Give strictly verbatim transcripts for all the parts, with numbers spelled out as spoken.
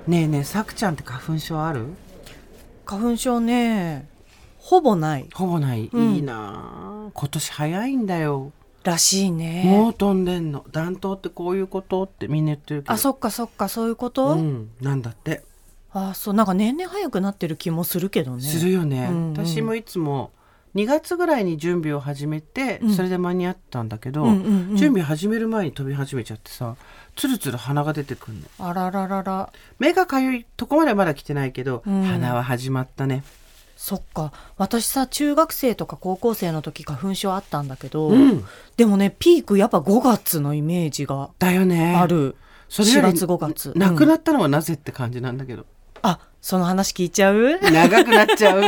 ねえねえ、さくちゃんって花粉症ある？ 花粉症ね、ほぼない。 ほぼない、 うん、 いいな。今年早いんだよ。 らしいね。 もう飛んでんの。暖冬ってこういうことってみんな言ってるけど。 あ、そっかそっか、そういうこと、 うん、なんだって。 あ、そう、なんか年々早くなってる気もするけどね。 するよね、 うんうん、 私もいつもにがつぐらいに準備を始めて、うん、それで間に合ったんだけど、うんうんうん、準備始める前に飛び始めちゃってさ、つるつる鼻が出てくるの。 あらららら。 目がかゆいとこまではまだ来てないけど、うん、鼻は始まったね。 そっか、私さ、中学生とか高校生の時花粉症あったんだけど、 うん、 でもね、ピークやっぱごがつのイメージがだよね。 ある。 それよりしがつごがつなくなったのはなぜって感じなんだけど、うん、 あ、その話聞いちゃう？ 長くなっちゃう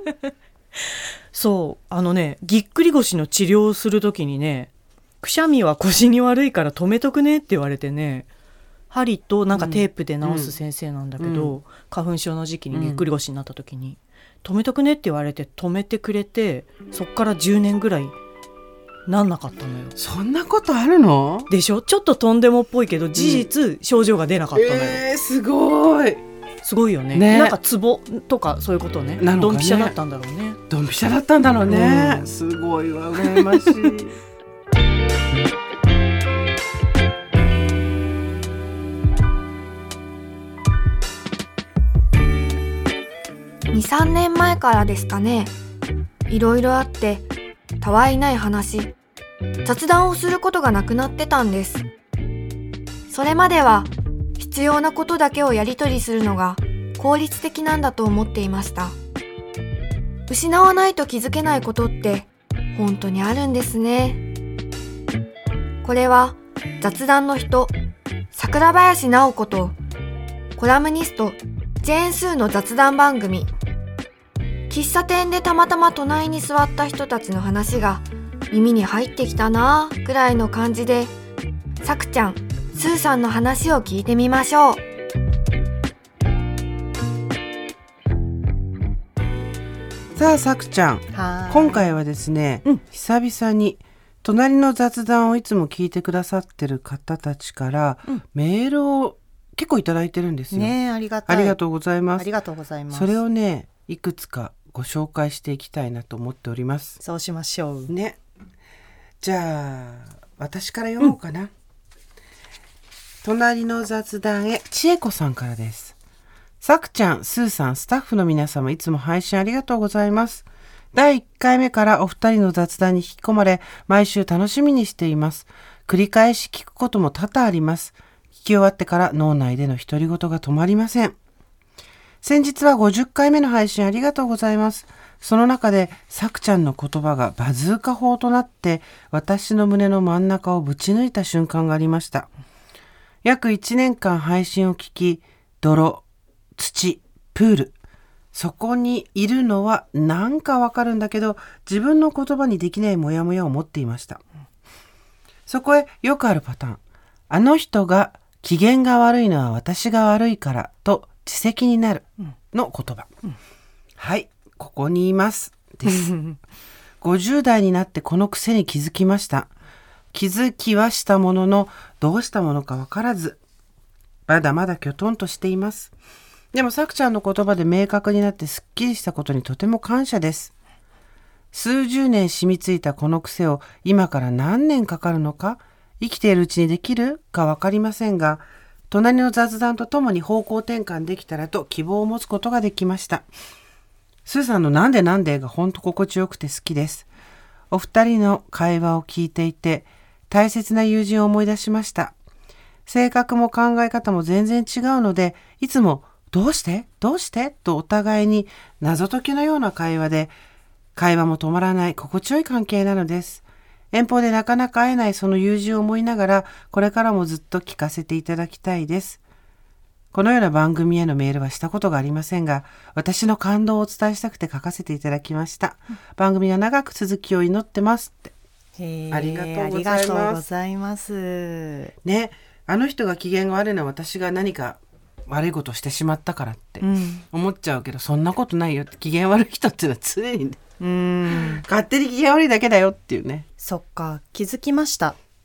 そう、あのね、ぎっくり腰の治療をするときにね、くしゃみは腰に悪いから止めとくねって言われてね、針となんかテープで治す先生なんだけど、うんうん、花粉症の時期にぎっくり腰になった時に、うん、止めとくねって言われて止めてくれて、そっからじゅうねんぐらいなんなかったのよ。 そんなことあるの？ でしょ？ちょっととんでもっぽいけど事実、うん、症状が出なかったのよ。 えー、すごいすごいよ ね, ね。 なんかツボとかそういうことね。 なのかね。 ドンピシャだったんだろうね。 ドンピシャだったんだろうね、うん、すごいわ、羨ましいにさんねんまえからですかね。いろいろあってたわいない話、雑談をすることがなくなってたんです。それまでは必要なことだけをやり取りするのが効率的なんだと思っていました。失わないと気づけないことって本当にあるんですね。これは雑談の人、桜林直子とコラムニストジェーン・スーの雑談番組。喫茶店でたまたま隣に座った人たちの話が耳に入ってきたなぁくらいの感じで、さくちゃん、スーさんの話を聞いてみましょう。 さあ、さくちゃん、今回はですね、うん、久々に隣の雑談をいつも聞いてくださってる方たちから、うん、メールを結構いただいてるんですよ。 ね、ありがたい。 ありがとうございます。 ありがとうございます。 それをね、いくつかご紹介していきたいなと思っております。 そうしましょうね。じゃあ私から読もうかな、うん、隣の雑談へ、千恵子さんからです。さくちゃん、スーさん、スタッフの皆様、いつも配信ありがとうございます。だいいっかいめからお二人の雑談に引き込まれ、毎週楽しみにしています。繰り返し聞くことも多々あります。聞き終わってから脳内での独り言が止まりません。先日はごじゅっかいめの配信ありがとうございます。その中でさくちゃんの言葉がバズーカ砲となって私の胸の真ん中をぶち抜いた瞬間がありました。約いちねんかん配信を聞き、泥、土、プール、そこにいるのはなんかわかるんだけど、自分の言葉にできないモヤモヤを持っていました。そこへよくあるパターン、あの人が機嫌が悪いのは私が悪いからと自責になるの言葉、うん、はい、ここにいますですごじゅう代になってこの癖に気づきました。気づきはしたものの、どうしたものかわからずまだまだきょとんとしています。でもさくちゃんの言葉で明確になってすっきりしたことにとても感謝です。数十年染みついたこの癖を今から何年かかるのか、生きているうちにできるかわかりませんが、隣の雑談とともに方向転換できたらと希望を持つことができました。スーさんのなんでなんでがほんと心地よくて好きです。お二人の会話を聞いていて大切な友人を思い出しました。性格も考え方も全然違うので、いつもどうしてどうしてとお互いに謎解きのような会話で、会話も止まらない心地よい関係なのです。遠方でなかなか会えないその友人を思いながら、これからもずっと聞かせていただきたいです。このような番組へのメールはしたことがありませんが、私の感動をお伝えしたくて書かせていただきました。番組が長く続きを祈ってますって。 へありがとうございます。 ありがとうございます。 ね、あの人が機嫌が悪いのは私が何か悪いことをしてしまったからって思っちゃうけど、うん、そんなことないよって。機嫌悪い人っていうのは常にね、うん、勝手に機嫌悪いだけだよっていうね。 そっか、気づきました。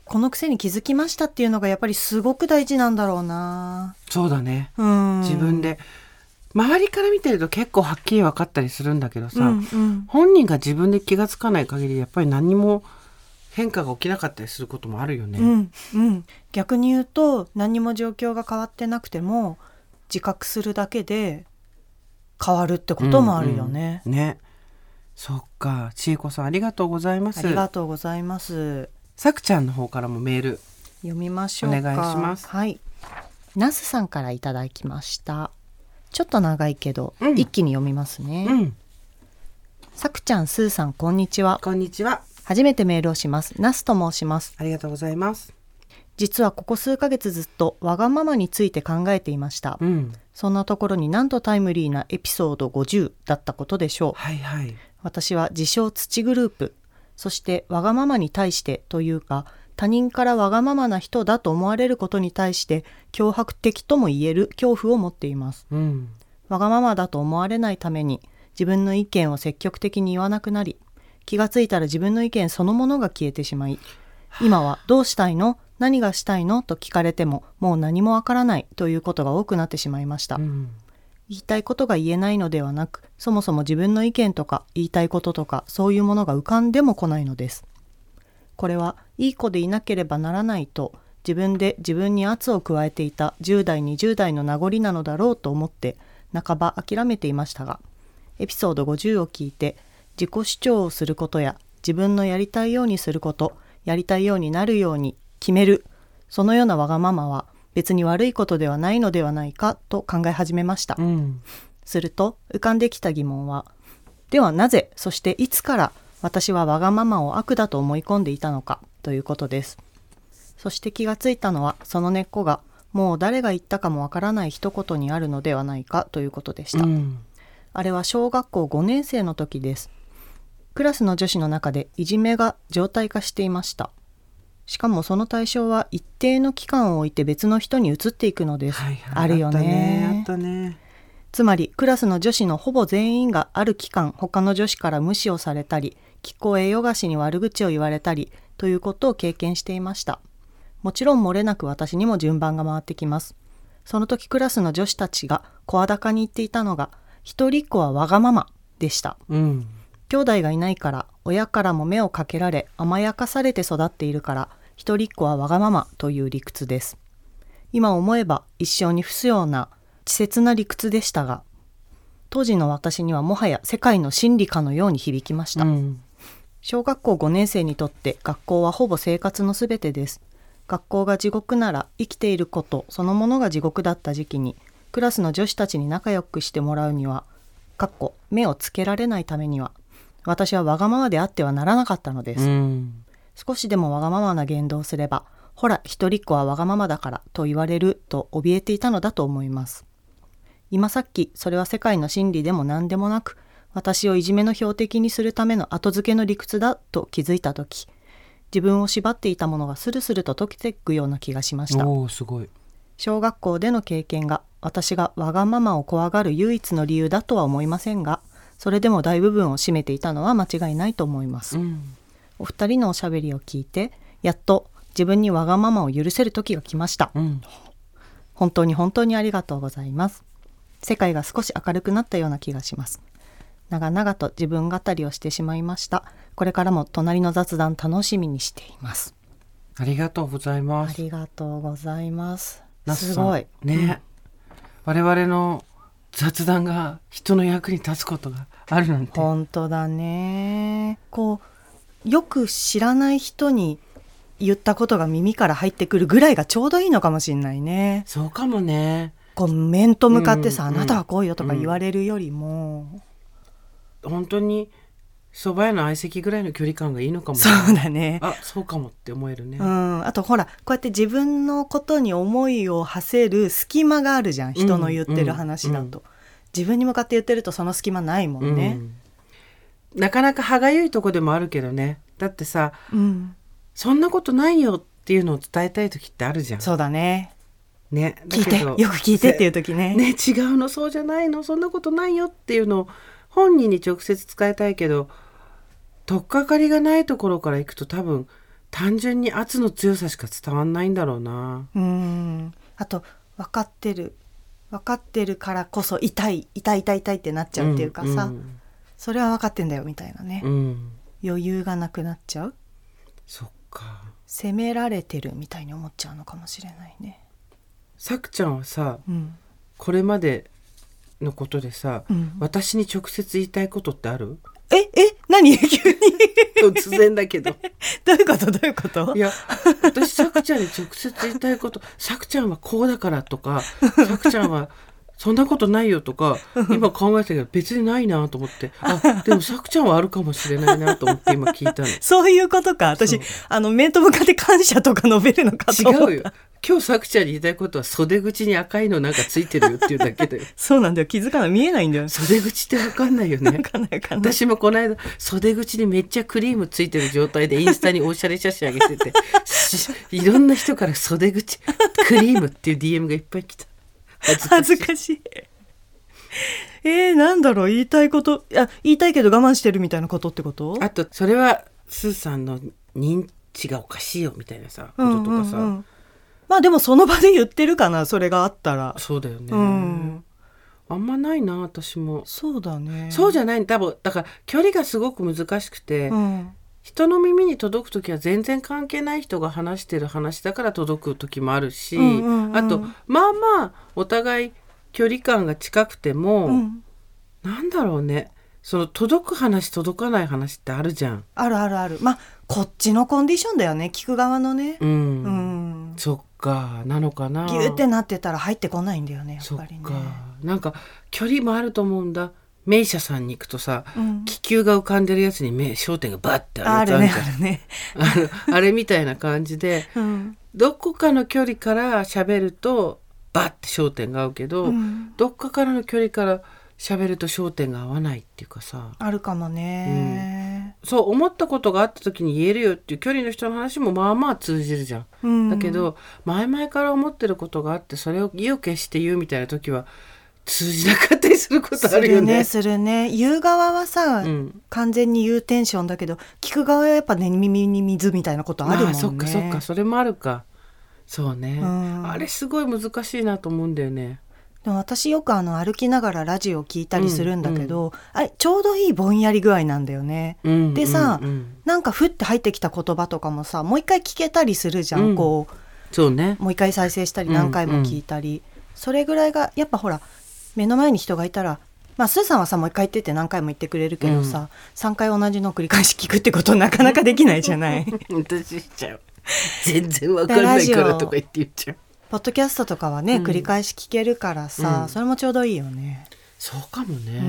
この癖に気づきましたっていうのがやっぱりすごく大事なんだろうな。 そうだね、 うん、 自分で周りから見てると結構はっきり分かったりするんだけどさ、 うんうん、 本人が自分で気がつかない限りやっぱり何も変化が起きなかったりすることもあるよね、 うんうん、逆に言うと何も状況が変わってなくても自覚するだけで変わるってこともあるよね、 うんうん、ね。そっか、ちえこさんありがとうございます。 ありがとうございます。 さくちゃんの方からもメール読みましょうか。 お願いします。 はい、なすさんからいただきました。ちょっと長いけど、 うん、 一気に読みますね、 うん、 さくちゃん、すーさん、こんにちは。 こんにちは。 初めてメールをします。なすと申します。 ありがとうございます。 実はここ数ヶ月ずっとわがままについて考えていました、 うん、 そんなところになんとタイムリーなエピソードごじゅうだったことでしょう。 はいはい。 私は自称土グループ、そしてわがままに対してというか他人からわがままな人だと思われることに対して脅迫的とも言える恐怖を持っています、 うん、 わがままだと思われないために自分の意見を積極的に言わなくなり、気がついたら自分の意見そのものが消えてしまい、今はどうしたいの？何がしたいの？と聞かれてももう何もわからないということが多くなってしまいました、うん、言いたいことが言えないのではなく、そもそも自分の意見とか言いたいこととかそういうものが浮かんでも来ないのです。これはいい子でいなければならないと自分で自分に圧を加えていたじゅう代にじゅう代の名残なのだろうと思って半ば諦めていましたが、エピソードごじゅうを聞いて自己主張をすることや自分のやりたいようにすること、やりたいようになるように決める、そのようなわがままは別に悪いことではないのではないかと考え始めました、うん、すると浮かんできた疑問は、ではなぜ、そしていつから私はわがままを悪だと思い込んでいたのかということです。そして気がついたのは、その根っこがもう誰が言ったかもわからない一言にあるのではないかということでした、うん、あれは小学校ごねん生の時です。クラスの女子の中でいじめが常態化していました。しかもその対象は一定の期間を置いて別の人に移っていくのです、はいはい、あるよね。 あったね、あったね。 つまりクラスの女子のほぼ全員がある期間他の女子から無視をされたり、聞こえよがしに悪口を言われたりということを経験していました。もちろん漏れなく私にも順番が回ってきます。その時クラスの女子たちが声高に言っていたのが、一人っ子はわがままでした、うん、兄弟がいないから、親からも目をかけられ甘やかされて育っているから、一人っ子はわがままという理屈です。今思えば一生に付すような稚拙な理屈でしたが、当時の私にはもはや世界の真理かのように響きました、うん、小学校ごねん生にとって学校はほぼ生活のすべてです。学校が地獄なら生きていることそのものが地獄だった時期に、クラスの女子たちに仲良くしてもらうには、かっこ目をつけられないためには、私はわがままであってはならなかったのです、うん、少しでもわがままな言動をすれば、ほら一人っ子はわがままだからと言われると怯えていたのだと思います。今さっきそれは世界の真理でも何でもなく、私をいじめの標的にするための後付けの理屈だと気づいたとき、自分を縛っていたものがスルスルと溶けていくような気がしました。 おー、すごい。 小学校での経験が私がわがままを怖がる唯一の理由だとは思いませんが、それでも大部分を占めていたのは間違いないと思います、うん、お二人のおしゃべりを聞いてやっと自分にわがままを許せる時が来ました、うん、本当に本当にありがとうございます。世界が少し明るくなったような気がします。長々と自分語りをしてしまいました。これからも隣の雑談楽しみにしています。 ありがとうございます。 ありがとうございます。すごいね、うん、我々の雑談が人の役に立つことがあるなんて。 本当だね。こうよく知らない人に言ったことが耳から入ってくるぐらいがちょうどいいのかもしれないね。 そうかもね。 こう面と向かってさ、うん、あなたはこうよとか言われるよりも、 うん、本当に蕎麦屋の相席ぐらいの距離感がいいのかも。 そうだね。 あ、そうかもって思えるね、 うん、あとほらこうやって自分のことに思いを馳せる隙間があるじゃん、人の言ってる話だと、うんうん、自分に向かって言ってるとその隙間ないもんね、 うん、なかなか歯がゆいとこでもあるけどね。だってさ、うん、そんなことないよっていうのを伝えたい時ってあるじゃん。 そうだね。 ね、 聞いて、よく聞いてっていう時ね。 ね、違うの、そうじゃないの、そんなことないよっていうのを本人に直接伝えたいけど、取っかかりがないところから行くと多分単純に圧の強さしか伝わんないんだろうな。 うんあと分かってる分かってるからこそ痛い痛い痛い痛いってなっちゃうっていうかさ、 うんうん、 それは分かってんだよみたいなね、 うん、 余裕がなくなっちゃう。 そっか、 責められてるみたいに思っちゃうのかもしれないね。 さくちゃんはさ、 うん、 これまでのことでさ、 うん、 私に直接言いたいことってある？ ええ何急に突然だけどどういうことどういうこと？ いや私さくちゃんに直接言いたいことさくちゃんはこうだからとかさくちゃんはそんなことないよとか今考えたけど別にないなと思って、あでもさくちゃんはあるかもしれないなと思って今聞いたの。 そういうことか。私あの面と向かって感謝とか述べるのかと思った。 違うよ、今日さくちゃんに言いたいことは袖口に赤いのなんかついてるよっていうだけだよそうなんだよ、気づかない、見えないんだよ。 袖口って分かんないよね。 分かんない分かんない。 私もこの間袖口にめっちゃクリームついてる状態でインスタにおしゃれ写真上げてていろんな人から袖口クリームっていう ディーエム がいっぱい来た。 恥ずかしい。えー、なんだろう、言いたいこと、いや言いたいけど我慢してるみたいなことってこと？ あとそれはスーさんの認知がおかしいよみたいなさこととかさ、うんうんうん、 まあでもその場で言ってるかな、それがあったら。 そうだよね、 うん、 あんまないな私も。 そうだね。 そうじゃない多分だから距離がすごく難しくて、うん、人の耳に届くときは全然関係ない人が話してる話だから届くときもあるし、うんうんうん、あとまあまあお互い距離感が近くても、うん、なんだろうね、その届く話届かない話ってあるじゃん。 あるあるある。まあこっちのコンディションだよね、聞く側のね、 うんうん、そっかなのかな。 ギューってなってたら入ってこないんだよね、やっぱりね。 そっか、なんか距離もあると思うんだ。名車さんに行くとさ、うん、気球が浮かんでるやつに目焦点がバッてあるやつあるじゃん。あるねあるねあ, あれみたいな感じで、うん、どこかの距離から喋るとバッて焦点が合うけど、うん、どっかからの距離から喋ると焦点が合わないっていうかさ、 あるかもね、 うん、そう思ったことがあった時に言えるよっていう距離の人の話もまあまあ通じるじゃん、うん、だけど前々から思ってることがあってそれを意を決して言うみたいな時は通じなかったりすることあるよね。 するねするね。言う側はさ、うん、完全に言うテンションだけど聞く側はやっぱね耳に水みたいなことあるもんね。あ、 そっかそっか、それもあるか。そうね、うん、あれすごい難しいなと思うんだよね。 でも私よくあの歩きながらラジオ聞いたりするんだけど、うんうん、あれちょうどいいぼんやり具合なんだよね、うんうんうん、でさ、なんかふって入ってきた言葉とかもさもう一回聞けたりするじゃん、うん、こうそうね、 もう一回再生したり何回も聞いたり、うんうん、それぐらいがやっぱほら目の前に人がいたら、まあ、スーさんはさもう一回言ってって何回も言ってくれるけどさ、うん、さんかい同じの繰り返し聞くってことなかなかできないじゃない私しちゃう全然わかんないからとか言って言っちゃう。 ポッドキャストとかはね、うん、繰り返し聞けるからさ、うん、それもちょうどいいよね。 そうかもね、うん、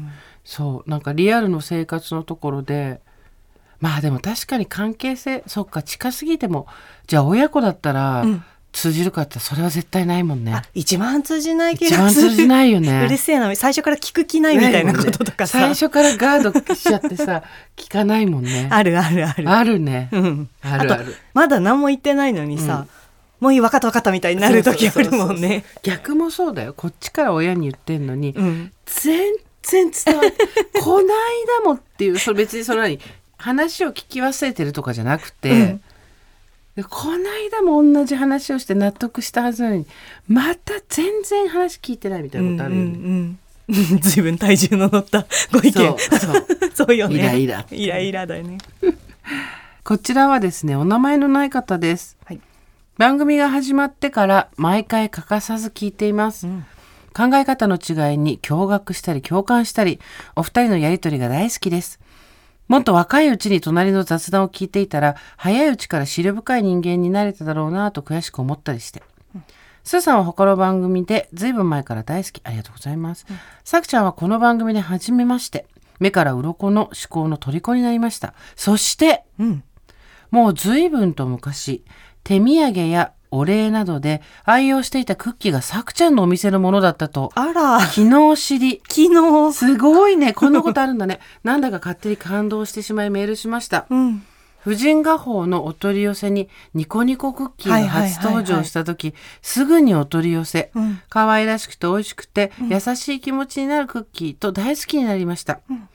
そうなんかリアルの生活のところでまあでも確かに関係性そっか近すぎてもじゃあ親子だったら、うん通じるかってそれは絶対ないもんね。あ一番通じない気がする。 一番通じないよね。 うるせえな最初から聞く気ないみたいなこととかさ、 最初からガードしちゃってさ聞かないもんね。 あるあるあるあるね、 うん、 あるある。あとまだ何も言ってないのにさ、うん、もういい分かった分かったみたいになる時あるもんね。 逆もそうだよ。こっちから親に言ってんのに、うん、全然伝わってこないだもっていうそれ別にその何話を聞き忘れてるとかじゃなくて、うんでこの間も同じ話をして納得したはずなのにまた全然話聞いてないみたいなことあるよね、うんうんうん、随分体重の乗ったご意見。そうそうそうよね。 イライライライラだよねこちらはですねお名前のない方です、はい、番組が始まってから毎回欠かさず聞いています、うん、考え方の違いに驚愕したり共感したりお二人のやりとりが大好きです。もっと若いうちに隣の雑談を聞いていたら早いうちから思慮深い人間になれただろうなと悔しく思ったりして、うん、スーさんは他の番組でずいぶん前から大好きありがとうございます、うん、さくちゃんはこの番組で初めまして目から鱗の思考の虜になりました。そして、うん、もうずいぶんと昔手土産やお礼などで愛用していたクッキーがさくちゃんのお店のものだったとあら昨日知り昨日すごいねこんなことあるんだねなんだか勝手に感動してしまいメールしました、うん、婦人画報のお取り寄せにニコニコクッキーが初登場した時、はいはいはいはい、すぐにお取り寄せ、うん、可愛らしくて美味しくて、うん、優しい気持ちになるクッキーと大好きになりました、うんうん、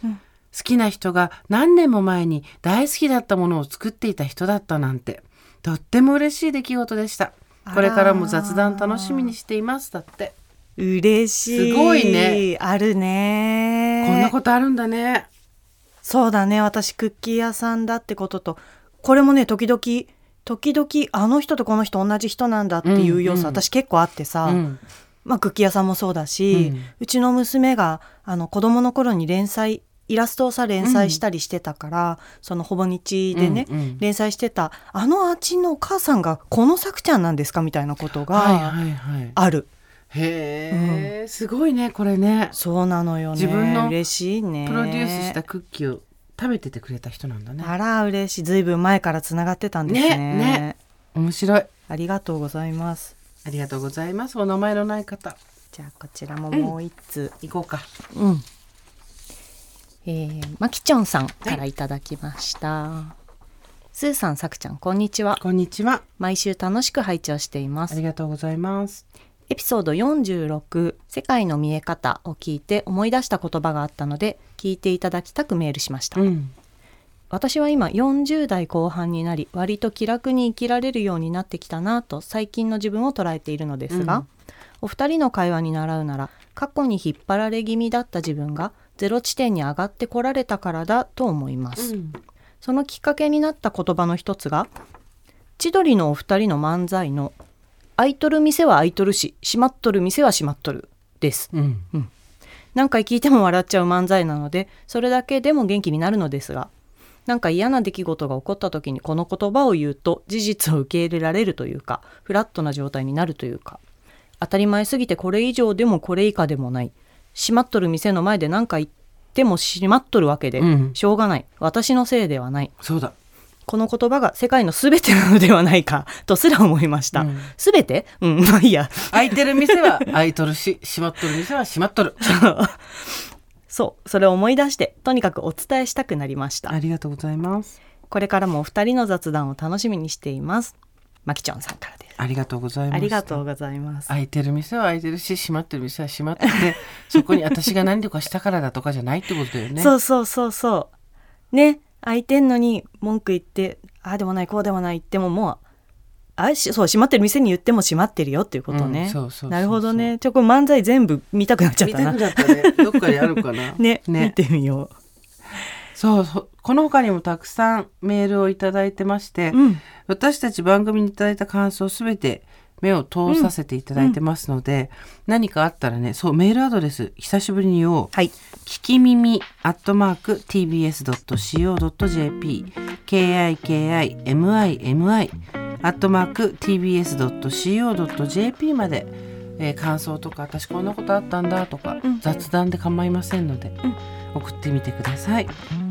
好きな人が何年も前に大好きだったものを作っていた人だったなんて、とっても嬉しい出来事でした。これからも雑談楽しみにしています。だって。 嬉しい。 すごいね。 あるね。 こんなことあるんだね。 そうだね。私クッキー屋さんだってことと、これもね、時々時々あの人とこの人同じ人なんだっていう要素、うんうん、私結構あってさ、うん、まあ、クッキー屋さんもそうだし、うん、うちの娘があの子供の頃に連載イラストをさ連載したりしてたから、うん、そのほぼ日でね、うんうん、連載してたあのあっちのお母さんがこのさくちゃんなんですかみたいなことがある、はいはいはい、 へー、うん、すごいねこれね。 そうなのよね。 自分の嬉しいね。 プロデュースしたクッキーを食べててくれた人なんだね。 あら嬉しい。ずいぶん前からつながってたんですね。 ねね、面白い。 ありがとうございます。 ありがとうございます。お名前のない方、 じゃあこちらももう一通、 うん、行こうか。 うん、えー、まきちょんさんからいただきました、はい、スーさん、さくちゃん、こんにちは。 こんにちは。 毎週楽しく拝聴しています。 ありがとうございます。 エピソードよんじゅうろく、世界の見え方を聞いて思い出した言葉があったので聞いていただきたくメールしました、うん、私は今よんじゅう代後半になり、割と気楽に生きられるようになってきたなと最近の自分を捉えているのですが、うん、お二人の会話に倣うなら、過去に引っ張られ気味だった自分がゼロ地点に上がってこられたからだと思います、うん、そのきっかけになった言葉の一つが、千鳥のお二人の漫才の開いとる店は開いとるし、閉まっとる店は閉まっとるです、うんうん、何回聞いても笑っちゃう漫才なので、それだけでも元気になるのですが、なんか嫌な出来事が起こった時にこの言葉を言うと事実を受け入れられるというか、フラットな状態になるというか、当たり前すぎてこれ以上でもこれ以下でもない、閉まっとる店の前で何か言っても閉まっとるわけで、うん、しょうがない、私のせいではない、 そうだ、 この言葉が世界のすべてなのではないかとすら思いました。すべ、うん、て、うん、まあいいや。 開いてる店は開いとるし、閉まっとる店は閉まっとる。 そう、それを思い出してとにかくお伝えしたくなりました。 ありがとうございます。 これからもお二人の雑談を楽しみにしています。まきちょんさんからです。 ありがとうございます。 ありがとうございます。 開いてる店は開いてるし、閉まってる店は閉まっててそこに私が何とかしたからだとかじゃないってことだよね。 そうそうそうそうね。開いてんのに文句言って、ああでもないこうでもない言っても、もうあそう閉まってる店に言っても閉まってるよっていうことね、うん、そうそうそうそう。なるほどね。ちょこれ漫才全部見たくなっちゃったな。 見たくなったね。どっかにあるかなね, ね見てみよう。 そうそう、この他にもたくさんメールをいただいてまして、うん、私たち番組にいただいた感想すべて目を通させていただいてますので、うんうん、何かあったらね、そうメールアドレス久しぶりに言おう、はい、聞き耳アットマーク ティービーエスドットシーオードットジェーピー ケーアイケーアイエムアイエムアイ アットマーク ティービーエスドットシーオードットジェーピー まで、えー、感想とか私こんなことあったんだとか、うん、雑談で構いませんので、うん、送ってみてください。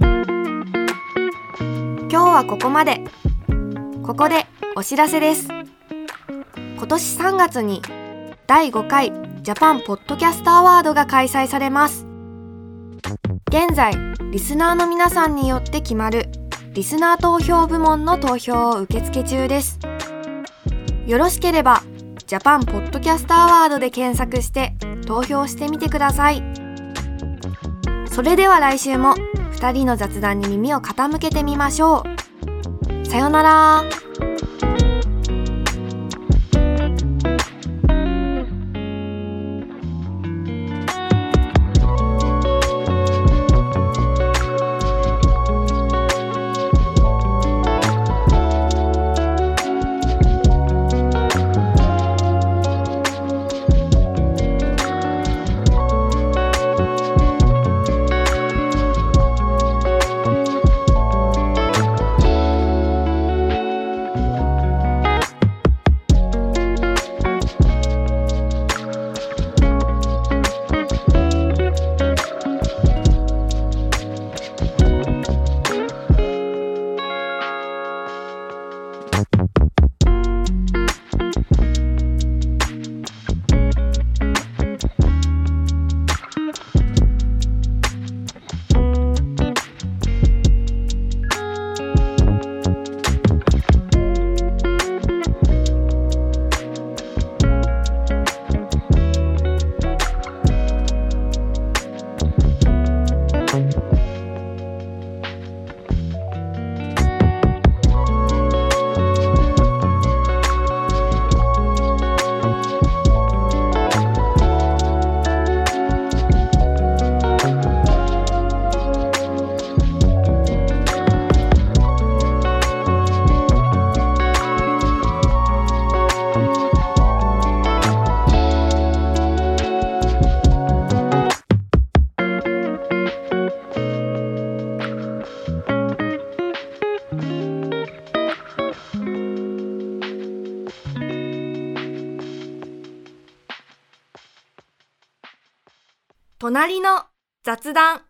今日はここまで。ここでお知らせです。今年さんがつにだいごかいジャパンポッドキャストアワードが開催されます。現在リスナーの皆さんによって決まるリスナー投票部門の投票を受付中です。よろしければジャパンポッドキャストアワードで検索して投票してみてください。それでは来週もふたりの雑談に耳を傾けてみましょう。さよなら。 隣の雑談。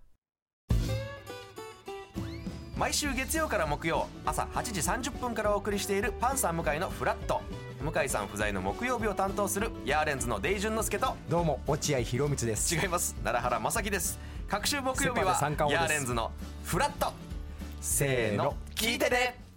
毎週月曜から木曜朝はちじさんじゅっぷんからお送りしているパンサー向井のフラット。向井さん不在の木曜日を担当するヤーレンズのデイジュンの之介と、 どうも落合博満です。 違います、奈良原正樹です。各週木曜日はヤーレンズのフラット。せーの聞いてね。